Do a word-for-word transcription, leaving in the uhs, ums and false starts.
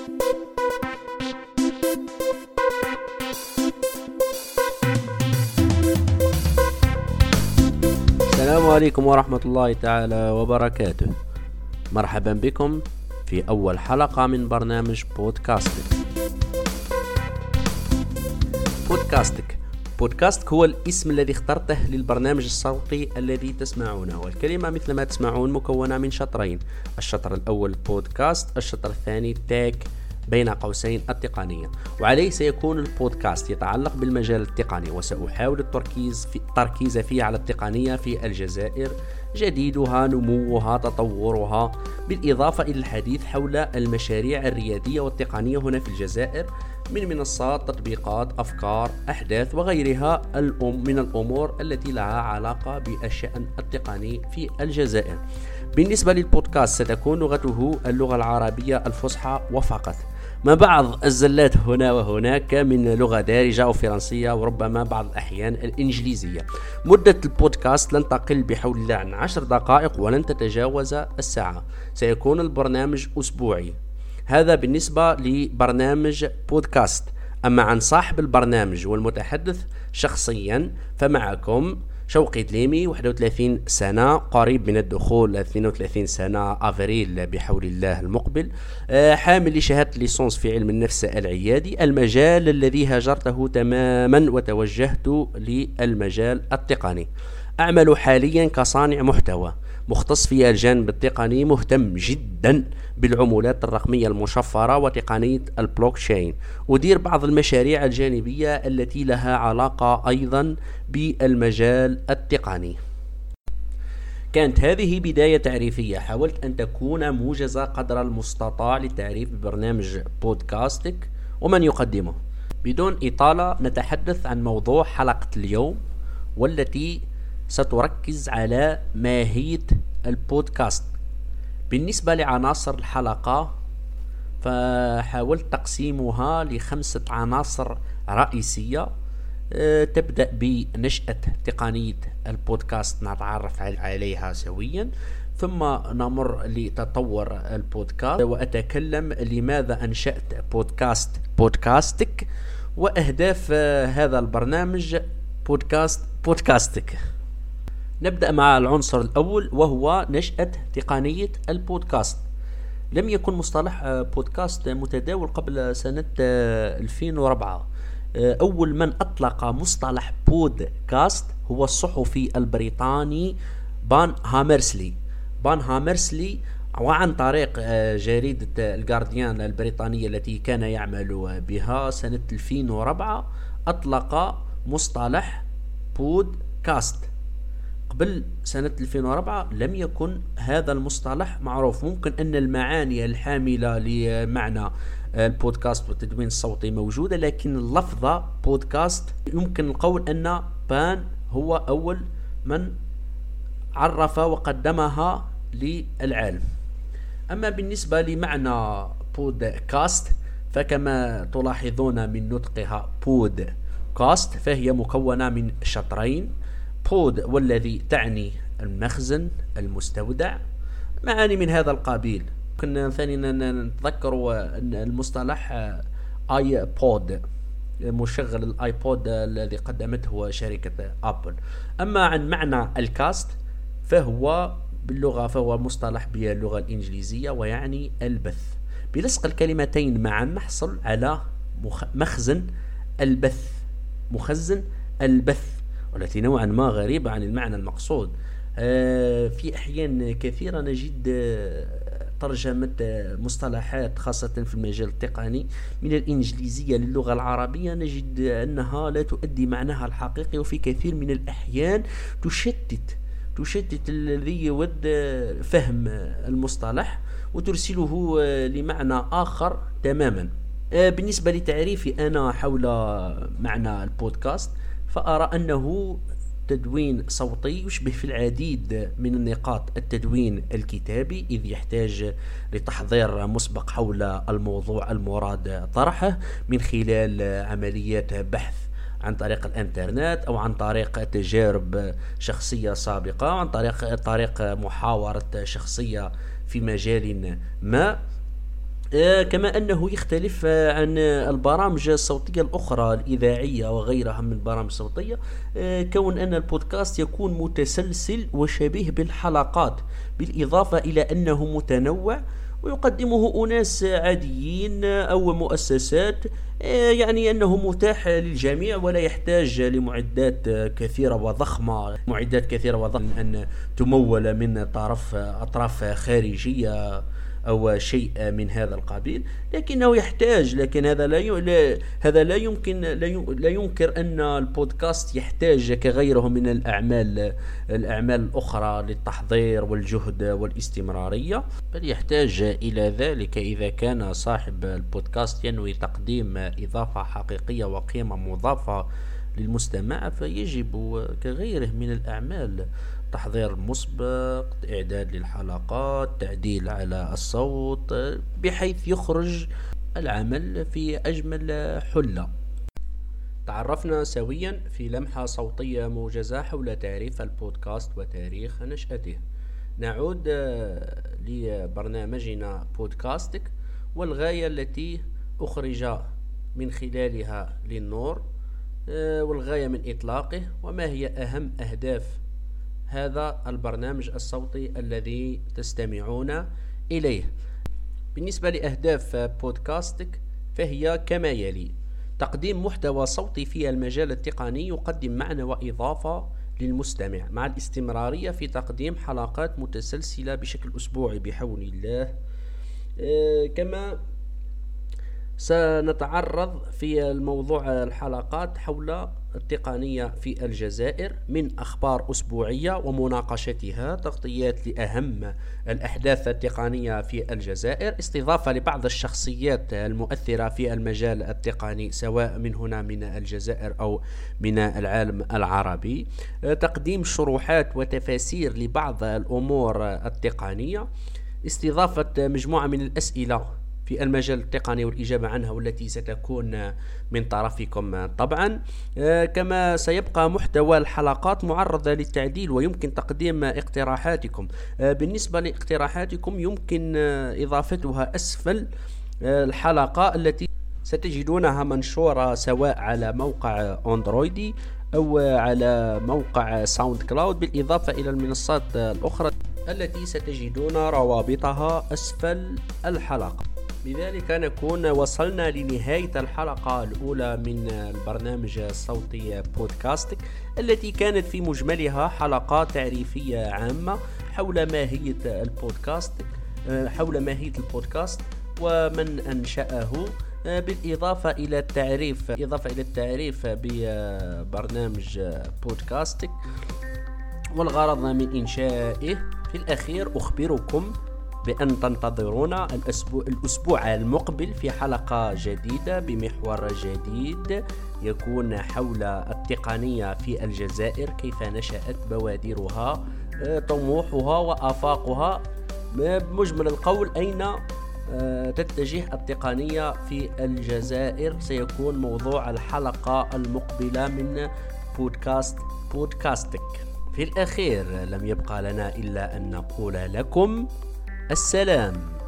السلام عليكم ورحمة الله تعالى وبركاته. مرحبا بكم في أول حلقة من برنامج بودكاستك. بودكاستك بودكاستك هو الاسم الذي اخترته للبرنامج الصوتي الذي تسمعونه، والكلمة مثل ما تسمعون مكونة من شطرين. الشطر الأول بودكاست، الشطر الثاني تاك بين قوسين التقنية. وعليه سيكون البودكاست يتعلق بالمجال التقني، وسأحاول التركيز في التركيز فيه على التقنية في الجزائر، جديدها، نموها، تطورها، بالإضافة إلى الحديث حول المشاريع الريادية والتقنية هنا في الجزائر من منصات، تطبيقات، أفكار، أحداث وغيرها من الأمور التي لها علاقة بالشأن التقني في الجزائر. بالنسبة للبودكاست ستكون لغته اللغة العربية الفصحى وفقط، مع بعض الزلات هنا وهناك من لغة دارجة أو فرنسية، وربما بعض الأحيان الإنجليزية. مدة البودكاست لن تقل بحول الله عن عشر دقائق ولن تتجاوز الساعة. سيكون البرنامج أسبوعي. هذا بالنسبة لبرنامج بودكاست. أما عن صاحب البرنامج والمتحدث شخصيا فمعكم شوقي دليمي، واحد وثلاثين سنة، قريب من الدخول اثنين وثلاثين سنة أفريل بحول الله المقبل، حامل لشهادة ليسونس في علم النفس العيادي. المجال الذي هاجرته تماما وتوجهت للمجال التقني. أعمل حاليا كصانع محتوى مختص في الجانب التقني، مهتم جدا بالعملات الرقمية المشفرة وتقنية البلوكشين. أدير بعض المشاريع الجانبية التي لها علاقة أيضا بالمجال التقني. كانت هذه بداية تعريفية، حاولت أن تكون موجزة قدر المستطاع للتعريف ببرنامج بودكاستك ومن يقدمه. بدون إطالة نتحدث عن موضوع حلقة اليوم، والتي ستركز على ماهية البودكاست. بالنسبة لعناصر الحلقة فحاولت تقسيمها لخمسة عناصر رئيسية. أه تبدأ بنشأة تقنية البودكاست، نتعرف عليها سويا، ثم نمر لتطور البودكاست، وأتكلم لماذا أنشأت بودكاست بودكاستك، وأهداف أه هذا البرنامج بودكاست بودكاستك. نبدأ مع العنصر الأول وهو نشأة تقنية البودكاست. لم يكن مصطلح بودكاست متداول قبل سنة ألفين وأربعة. أول من أطلق مصطلح بودكاست هو الصحفي البريطاني بان هامرسلي بان هامرسلي وعن طريق جريدة الجارديان البريطانية التي كان يعمل بها سنة ألفين وأربعة أطلق مصطلح بودكاست. قبل سنة ألفين وأربعة لم يكن هذا المصطلح معروف. ممكن أن المعاني الحاملة لمعنى البودكاست والتدوين الصوتي موجودة، لكن اللفظة بودكاست يمكن القول أن بان هو أول من عرف وقدمها للعالم. أما بالنسبة لمعنى بودكاست فكما تلاحظون من نطقها بودكاست، فهي مكونة من شطرين. بود والذي تعني المخزن، المستودع، معاني من هذا القبيل. كنا ثانيا نتذكر أن المصطلح آي بود، مشغل الآيبود الذي قدمته شركة أبل. أما عن معنى الكاست فهو باللغة فهو مصطلح باللغة الإنجليزية ويعني البث. بلصق الكلمتين معا نحصل على مخزن البث، مخزن البث، والتي نوعا ما غريبة عن المعنى المقصود. في أحيان كثيرة نجد ترجمة مصطلحات خاصة في المجال التقني من الإنجليزية للغة العربية، نجد أنها لا تؤدي معناها الحقيقي، وفي كثير من الأحيان تشتت تشتت الذي يود فهم المصطلح وترسله لمعنى آخر تماما. بالنسبة لتعريفي أنا حول معنى البودكاست، فأرى أنه تدوين صوتي يشبه في العديد من النقاط التدوين الكتابي، إذ يحتاج لتحضير مسبق حول الموضوع المراد طرحه من خلال عمليات بحث عن طريق الانترنت أو عن طريق تجارب شخصية سابقة، عن طريق طريق محاورة شخصية في مجال ما. كما أنه يختلف عن البرامج الصوتية الأخرى الإذاعية وغيرها من البرامج الصوتية، كون أن البودكاست يكون متسلسل وشبيه بالحلقات، بالإضافة إلى أنه متنوع ويقدمه أناس عاديين أو مؤسسات، يعني أنه متاح للجميع ولا يحتاج لمعدات كثيرة وضخمة معدات كثيرة وضخمة أن تمول من طرف أطراف خارجية أو شيء من هذا القبيل، لكنه يحتاج لكن هذا لا ي... هذا لا يمكن لا, ي... لا ينكر أن البودكاست يحتاج كغيره من الأعمال الأعمال الأخرى للتحضير والجهد والاستمرارية، بل يحتاج إلى ذلك إذا كان صاحب البودكاست ينوي تقديم إضافة حقيقية وقيمة مضافة للمستمع، فيجب كغيره من الأعمال تحضير مسبق، إعداد للحلقات، تعديل على الصوت، بحيث يخرج العمل في أجمل حلة. تعرفنا سويا في لمحة صوتية موجزة حول تعريف البودكاست وتاريخ نشأته. نعود لبرنامجنا بودكاستك والغاية التي أخرج من خلالها للنور، والغاية من إطلاقه، وما هي أهم أهداف هذا البرنامج الصوتي الذي تستمعون إليه. بالنسبة لأهداف بودكاستك فهي كما يلي: تقديم محتوى صوتي في المجال التقني يقدم معنى وإضافة للمستمع، مع الاستمرارية في تقديم حلقات متسلسلة بشكل أسبوعي بحول الله. آه كما سنتعرض في الموضوع الحلقات حول التقنية في الجزائر، من أخبار أسبوعية ومناقشتها، تغطيات لأهم الأحداث التقنية في الجزائر، استضافة لبعض الشخصيات المؤثرة في المجال التقني سواء من هنا من الجزائر أو من العالم العربي، تقديم شروحات وتفاسير لبعض الأمور التقنية، استضافة مجموعة من الأسئلة في المجال التقني والإجابة عنها والتي ستكون من طرفكم طبعا. كما سيبقى محتوى الحلقات معرضة للتعديل ويمكن تقديم اقتراحاتكم. بالنسبة لاقتراحاتكم يمكن إضافتها أسفل الحلقة التي ستجدونها منشورة سواء على موقع أندرويدي أو على موقع ساوند كلاود، بالإضافة إلى المنصات الأخرى التي ستجدون روابطها أسفل الحلقة. بذلك نكون وصلنا لنهاية الحلقة الأولى من البرنامج الصوتي بودكاستك، التي كانت في مجملها حلقة تعريفية عامة حول ماهية البودكاست حول ماهية البودكاست ومن أنشأه، بالإضافة إلى التعريف إضافة إلى التعريف ببرنامج بودكاستك والغرض من إنشائه. في الأخير أخبركم بأن تنتظرونا الأسبوع, الأسبوع المقبل في حلقة جديدة بمحور جديد يكون حول التقنية في الجزائر، كيف نشأت، بوادرها، طموحها وآفاقها، بمجمل القول أين تتجه التقنية في الجزائر. سيكون موضوع الحلقة المقبلة من بودكاست بودكاستك. في الأخير لم يبقى لنا إلا أن نقول لكم السلام.